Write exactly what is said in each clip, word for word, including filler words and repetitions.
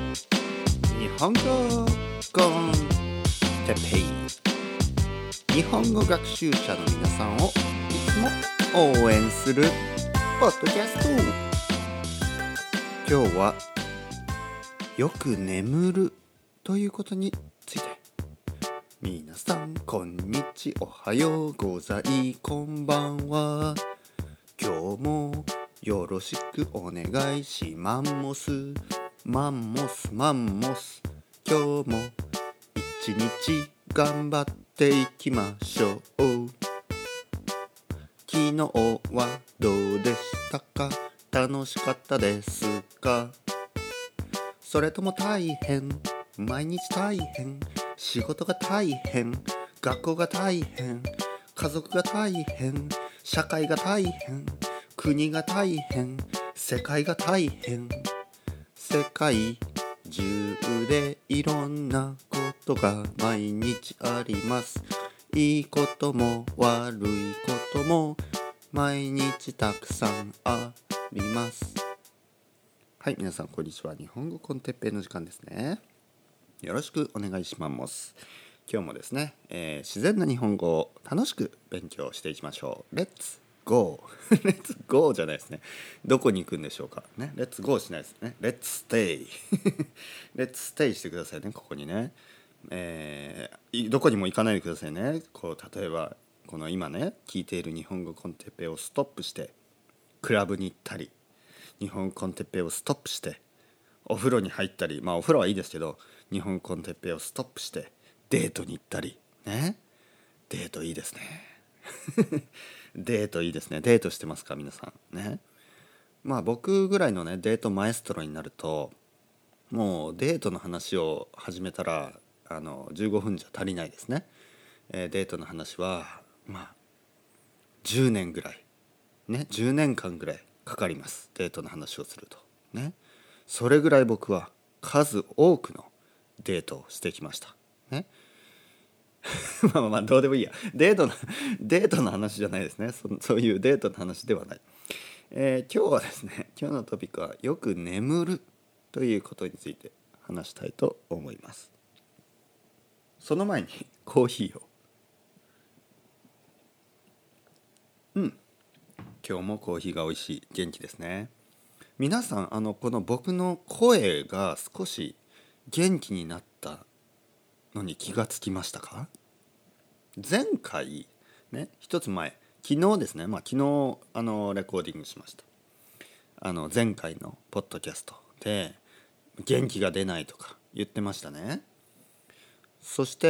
日本語コンテッペイ、日本語学習者の皆さんをいつも応援するポッドキャスト。今日はよく眠るということについて。皆さんこんにちおはようございこんばんは。今日もよろしくお願いしマンモスマンモスマンモス。今日も一日頑張っていきましょう。昨日はどうでしたか？楽しかったですか？それとも大変、毎日大変、仕事が大変、学校が大変、家族が大変、社会が大変、国が大変、世界が大変。世界中でいろんなことが毎日あります。いいことも悪いことも毎日たくさんあります。はい、皆さんこんにちは。日本語コンテッペイの時間ですね。よろしくお願いします。今日もですね、えー、自然な日本語を楽しく勉強していきましょう。レッツゴーレッツゴーじゃないですね。どこに行くんでしょうかね。レッツゴーしないですね。レッツステイレッツステイしてくださいね。ここにね、えー、どこにも行かないでくださいね。こう例えばこの今ね聞いている日本語コンテッペイをストップしてクラブに行ったり、日本コンテッペイをストップしてお風呂に入ったり、まあお風呂はいいですけど、日本コンテッペイをストップしてデートに行ったりね。デートいいですねデートいいですね。デートしてますか皆さんね。まあ僕ぐらいのねデートマエストロになると、もうデートの話を始めたらあのじゅうごふんじゃ足りないですね。えー、デートの話はまあじゅうねんぐらいね、じゅうねんかんぐらいかかります。デートの話をするとね。それぐらい僕は数多くのデートをしてきましたね。まあまあまあどうでもいいや。デートのデートの話じゃないですね。そ、そういうデートの話ではない。えー、今日はですね、今日のトピックはよく眠るということについて話したいと思います。その前にコーヒーを。うん。今日もコーヒーが美味しい。元気ですね。皆さんあのこの僕の声が少し元気になったのに気がつきましたか？前回ね、一つ前、昨日ですね、まあ昨日あのレコーディングしました。あの前回のポッドキャストで元気が出ないとか言ってましたね。そして、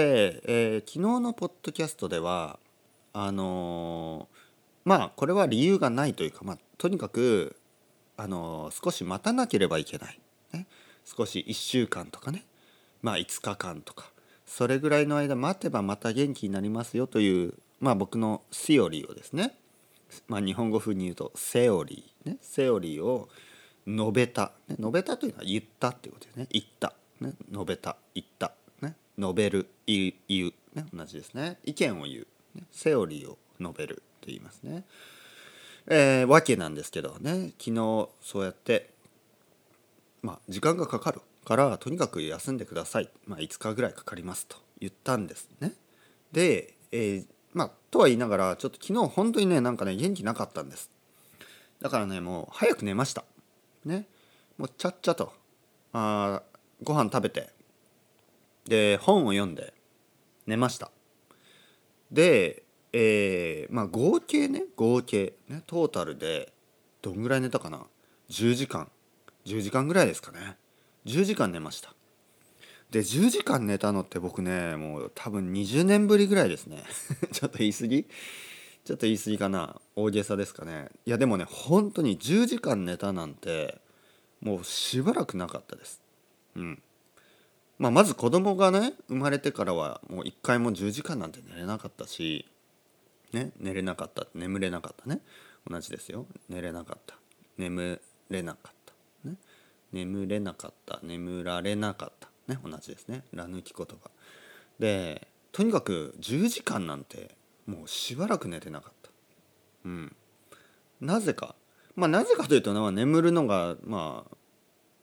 えー、昨日のポッドキャストではあのー、まあこれは理由がないというか、まあとにかくあのー、少し待たなければいけない、ね、少しいっしゅうかんとかね、まあいつかかんとかそれぐらいの間待てばまた元気になりますよという、まあ僕のセオリーをですね、まあ日本語風に言うとセオリーね、セオリーを述べた、ね、述べたというのは言ったっていうことですね。言った、ね、述べた、言った、ね、述べる、言う、言う、ね、同じですね。意見を言う、ね、セオリーを述べると言いますね。えー、わけなんですけどね、昨日そうやってまあ時間がかかるからとにかく休んでください、まあ、いつかぐらいかかりますと言ったんですね。で、えー、まあとは言いながらちょっと昨日本当にねなんかね元気なかったんです。だからねもう早く寝ましたね。もうちゃっちゃとあご飯食べてで本を読んで寝ました。で、えー、まあ合計ね合計ねトータルでどんぐらい寝たかな。じゅうじかんじゅうじかんぐらいですかね。じゅうじかん寝ました。でじゅうじかん寝たのって僕ねもう多分にじゅうねんぶりぐらいですねちょっと言い過ぎちょっと言い過ぎかな、大げさですかね。いやでもね本当にじゅうじかん寝たなんてもうしばらくなかったです。うんまあ、まず子供がね生まれてからはもう一回もじゅうじかんなんて寝れなかったし、ね、寝れなかった眠れなかったね。同じですよ。寝れなかった眠れなかったね。眠れなかった眠られなかったね。同じですね。ら抜き言葉で、とにかくじゅうじかんなんてもうしばらく寝てなかった。うんなぜかまあなぜかというと、ね、眠るのがまあ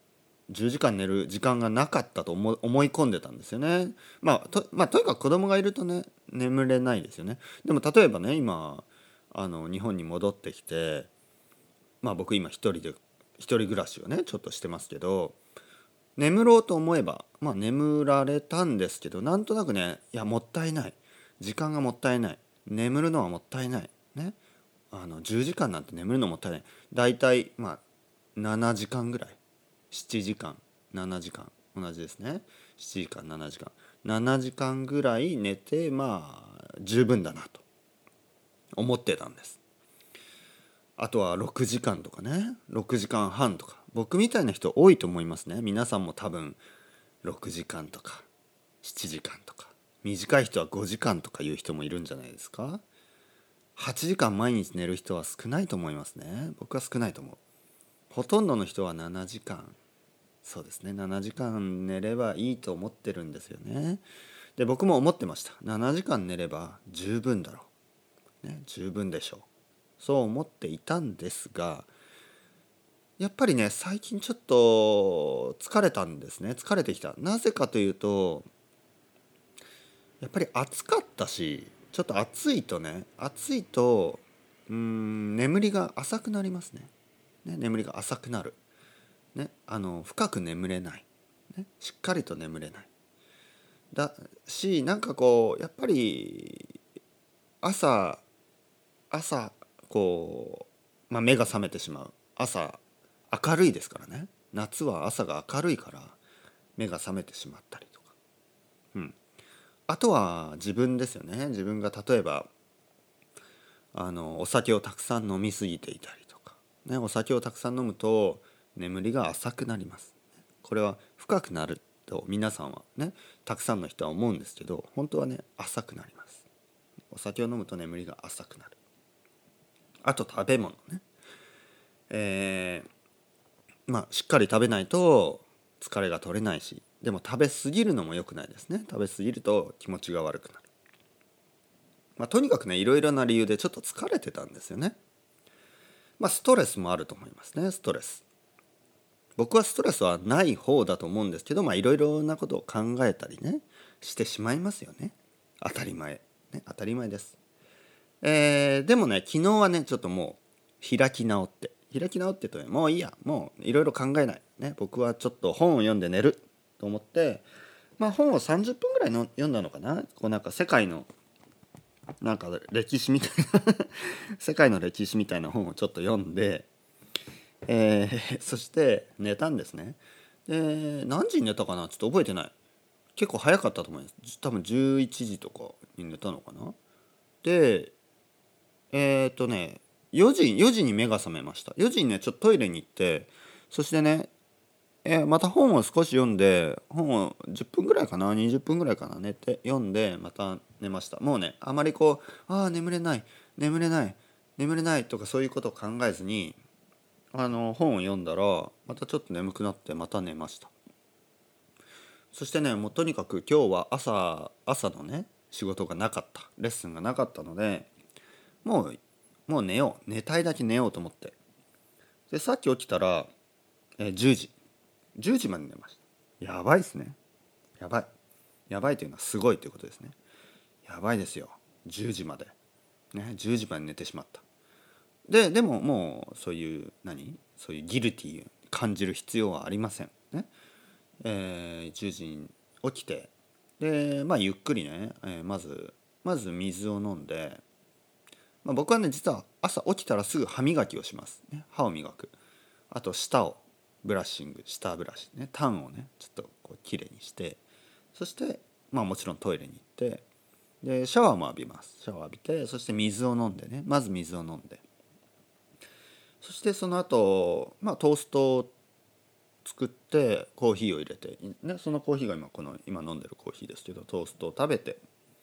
じゅうじかん寝る時間がなかったと思い思い込んでたんですよね。まあと、まあ、とにかく子供がいるとね眠れないですよね。でも例えばね今あの日本に戻ってきて、まあ僕今一人で一人暮らしをねちょっとしてますけど、眠ろうと思えばまあ眠られたんですけど、なんとなくねいやもったいない、時間がもったいない、眠るのはもったいないね、あのじゅうじかんなんて眠るのもったいない、だいたいまあななじかんぐらい、しちじかんななじかん同じですね、しちじかんななじかんななじかんぐらい寝てまあ十分だなと思ってたんです。あとはろくじかんとかねろくじかんはんとか、僕みたいな人多いと思いますね。皆さんも多分ろくじかんとかしちじかんとか、短い人はごじかんとかいう人もいるんじゃないですか。はちじかん毎日寝る人は少ないと思いますね。僕は少ないと思う。ほとんどの人はななじかん、そうですねななじかん寝ればいいと思ってるんですよね。で僕も思ってました。ななじかん寝れば十分だろう、ね、十分でしょう、そう思っていたんですが、やっぱりね最近ちょっと疲れたんですね。疲れてきた。なぜかというとやっぱり暑かったし、ちょっと暑いとね暑いとうーん眠りが浅くなりますね。ね眠りが浅くなる、ね、あの深く眠れない、ね、しっかりと眠れないだし、なんかこうやっぱり朝朝こう、まあ、目が覚めてしまう。朝明るいですからね。夏は朝が明るいから目が覚めてしまったりとか、うん、あとは自分ですよね。自分が例えばあのお酒をたくさん飲みすぎていたりとか、ね、お酒をたくさん飲むと眠りが浅くなります。これは深くなると皆さんはねたくさんの人は思うんですけど、本当はね浅くなります。お酒を飲むと眠りが浅くなる。あと食べ物ね、えーまあしっかり食べないと疲れが取れないし、でも食べ過ぎるのも良くないですね。食べ過ぎると気持ちが悪くなる。まあ、とにかくねいろいろな理由でちょっと疲れてたんですよね。まあストレスもあると思いますね。ストレス、僕はストレスはない方だと思うんですけど、まあいろいろなことを考えたりねしてしまいますよね。当たり前、ね、当たり前です。えーでもね昨日はねちょっともう開き直って開き直ってとね、もういいや、もういろいろ考えない、ね、僕はちょっと本を読んで寝ると思って、まあ本をさんじゅっぷんぐらいの読んだのかな。こうなんか世界のなんか歴史みたいな世界の歴史みたいな本をちょっと読んで、えーそして寝たんですね。で何時に寝たかなちょっと覚えてない。結構早かったと思います。多分じゅういちじとかに寝たのかな。でえーっとねよじよじに目が覚めました。よじにねちょっとトイレに行って、そしてね、えーまた本を少し読んで、本をじゅっぷんぐらいかなにじゅっぷんぐらいかな寝て読んでまた寝ました。もうねあまりこうああ眠れない眠れない眠れないとかそういうことを考えずにあの本を読んだらまたちょっと眠くなってまた寝ました。そしてねもうとにかく今日は朝朝のね仕事がなかった、レッスンがなかったので、もうもう寝よう、寝たいだけ寝ようと思って、でさっき起きたら、えーじゅうじじゅうじまで寝ました。やばいですね。やばいやばいというのはすごいということですね。やばいですよ。じゅうじまでね、じゅうじまで寝てしまった。ででももうそういう何そういうギルティー感じる必要はありませんね。えー、じゅうじに起きて、でまあゆっくりね、えーまずまず水を飲んで、まあ、僕はね実は朝起きたらすぐ歯磨きをします、ね、歯を磨く。あと舌をブラッシング、舌ブラシね、タンをねちょっとこうきれいにして、そしてまあもちろんトイレに行って、でシャワーも浴びます。シャワー浴びて、そして水を飲んでね、まず水を飲んで、そしてその後、まあトーストを作ってコーヒーを入れて、ね、そのコーヒーが今この今飲んでるコーヒーですけど、トーストを食べて、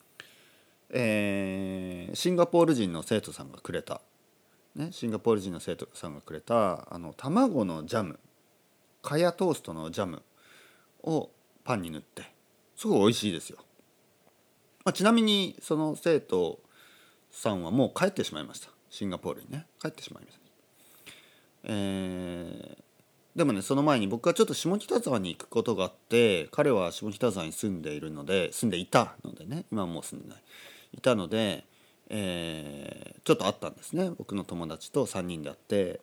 えーシンガポール人の生徒さんがくれた、ね、シンガポール人の生徒さんがくれたあの卵のジャム、カヤトーストのジャムをパンに塗って、すごい美味しいですよ。まあ、ちなみにその生徒さんはもう帰ってしまいました。シンガポールにね帰ってしまいました。えーでもねその前に僕はちょっと下北沢に行くことがあって、彼は下北沢に住んでいるので住んでいたのでね、今はもう住んでないいたので、えー、ちょっと会ったんですね。僕の友達とさんにんで会って、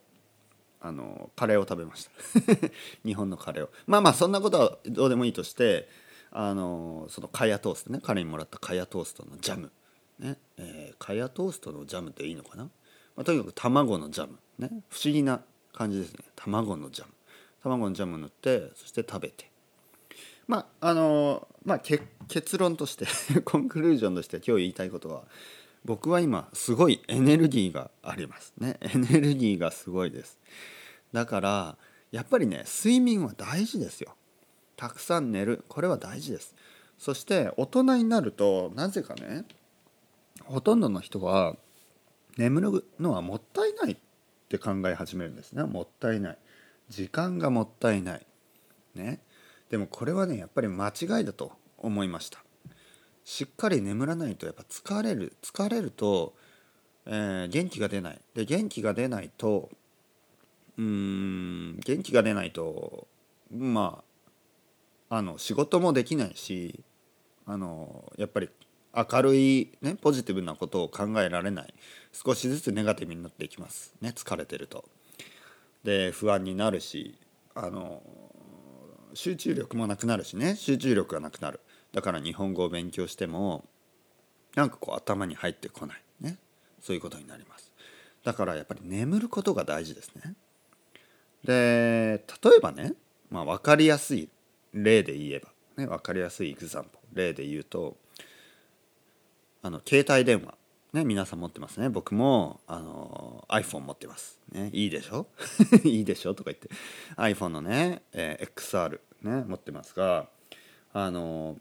あのカレーを食べました日本のカレーを。まあまあそんなことはどうでもいいとして、あのそのカヤトーストね、彼にもらったカヤトーストのジャムね、えー、カヤトーストのジャムっていいのかな、まあ、とにかく卵のジャムね、不思議な感じですね。卵のジャム卵のジャム塗って、そして食べて、まああのまあけ結論としてコンクルージョンとして今日言いたいことは、僕は今すごいエネルギーがありますね。エネルギーがすごいです。だからやっぱりね睡眠は大事ですよ。たくさん寝る、これは大事です。そして大人になるとなぜかね、ほとんどの人は眠るのはもったいないって考え始めるんですね。もったいない、時間がもったいないね。でもこれはねやっぱり間違いだと思いました。しっかり眠らないとやっぱ疲れる疲れると、えー、元気が出ない。で元気が出ないとうーん元気が出ないとまああの仕事もできないし、あのやっぱり明るい、ね、ポジティブなことを考えられない。少しずつネガティブになっていきますね、疲れてると。で不安になるし、あの集中力もなくなるしね。集中力がなくなる。だから日本語を勉強してもなんかこう頭に入ってこないね。そういうことになります。だからやっぱり眠ることが大事ですね。で例えばね、まあ、分かりやすい例で言えば、ね、分かりやすいエグザンポ例で言うと、あの携帯電話ね、皆さん持ってますね。僕もあの iPhone 持ってます、ね、いいでしょいいでしょとか言って iPhone のね、えー、エックスアール、ね、持ってますが、あの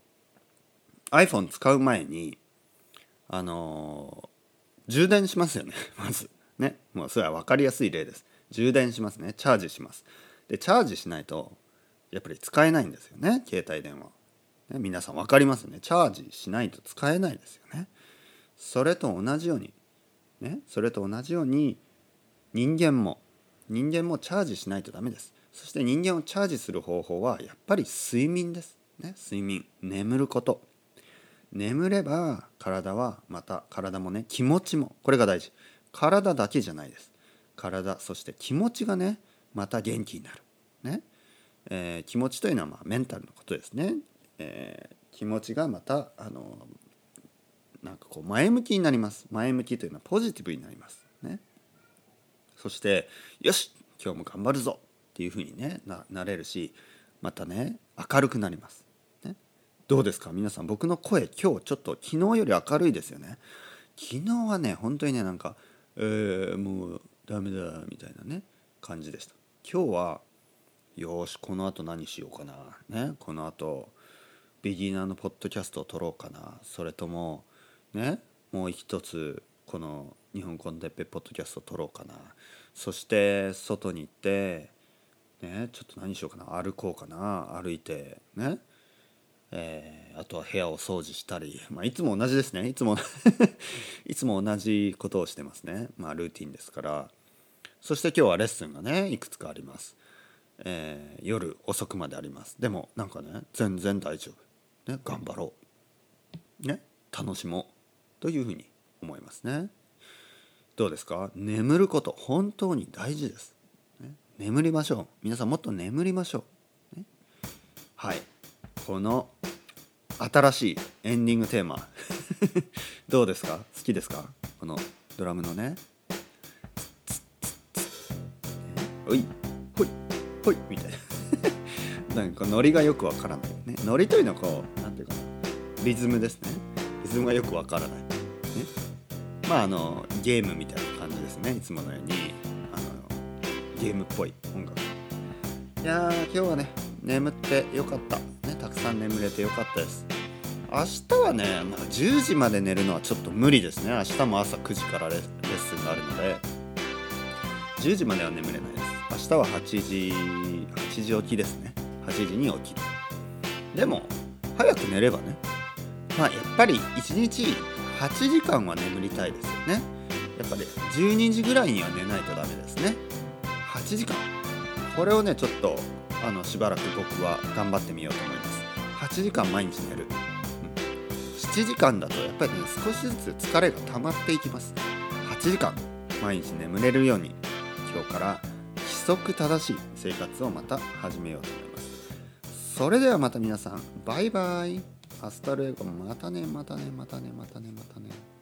iPhone 使う前にあの充電しますよねまずね。もうそれは分かりやすい例です。充電しますね。チャージします。でチャージしないとやっぱり使えないんですよね、携帯電話、ね、皆さん分かりますね。チャージしないと使えないですよね。それと同じようにね、それと同じように人間も人間もチャージしないとダメです。そして人間をチャージする方法はやっぱり睡眠です、ね、睡眠、眠ること。眠れば体はまた体もね、気持ちも、これが大事。体だけじゃないです。体、そして気持ちがねまた元気になるね。えー、気持ちというのはまあメンタルのことですね。えー、気持ちがまたあのなんかこう前向きになります。前向きというのはポジティブになりますね。そしてよし今日も頑張るぞっていうふうに、ね、な, なれるし、またね明るくなります、ね、どうですか皆さん。僕の声今日ちょっと昨日より明るいですよね。昨日はね本当にねなんか、えー、もうダメだみたいなね感じでした。今日はよしこの後何しようかな、ね、この後ビギナーのポッドキャストを撮ろうかな、それともねもう一つこの日本コンテッペポッドキャストを撮ろうかな、そして外に行ってねちょっと何しようかな、歩こうかな、歩いてね、えー、あとは部屋を掃除したり、まあ、いつも同じですね。いつもいつも同じことをしてますね。まあルーティンですから。そして今日はレッスンがねいくつかあります。えー、夜遅くまであります。でもなんかね全然大丈夫、ね、頑張ろう、ね、楽しもうというふうに思いますね。どうですか。眠ること本当に大事です、ね、眠りましょう。皆さんもっと眠りましょう、ね、はい。この新しいエンディングテーマどうですか。好きですか。このドラムのねおいほいほいみたいななんかノリがよくわからないね。ノリというのはこうなんていうかな、リズムですね。リズムがよくわからない、ね、まああのゲームみたいな感じですね。いつものようにあのゲームっぽい音楽。いやー今日はね眠ってよかった、ね、たくさん眠れてよかったです。明日はね、まあ、じゅうじまで寝るのはちょっと無理ですね。明日も朝くじからレッスンがあるのでじゅうじまでは眠れないです。明日ははちじはちじ起きですね。はちじに起きる。でも早く寝ればね、まあやっぱりいちにちはちじかんは眠りたいですよね。やっぱりじゅうにじぐらいには寝ないとダメですね。はちじかんこれをねちょっとあのしばらく僕は頑張ってみようと思います。はちじかん毎日寝る、うん、しちじかんだとやっぱりね少しずつ疲れが溜まっていきます。はちじかん毎日眠れるように今日から規則正しい生活をまた始めようと思います。それではまた皆さんバイバイ。アスタルエゴまたねまたねまたねまたねまたね。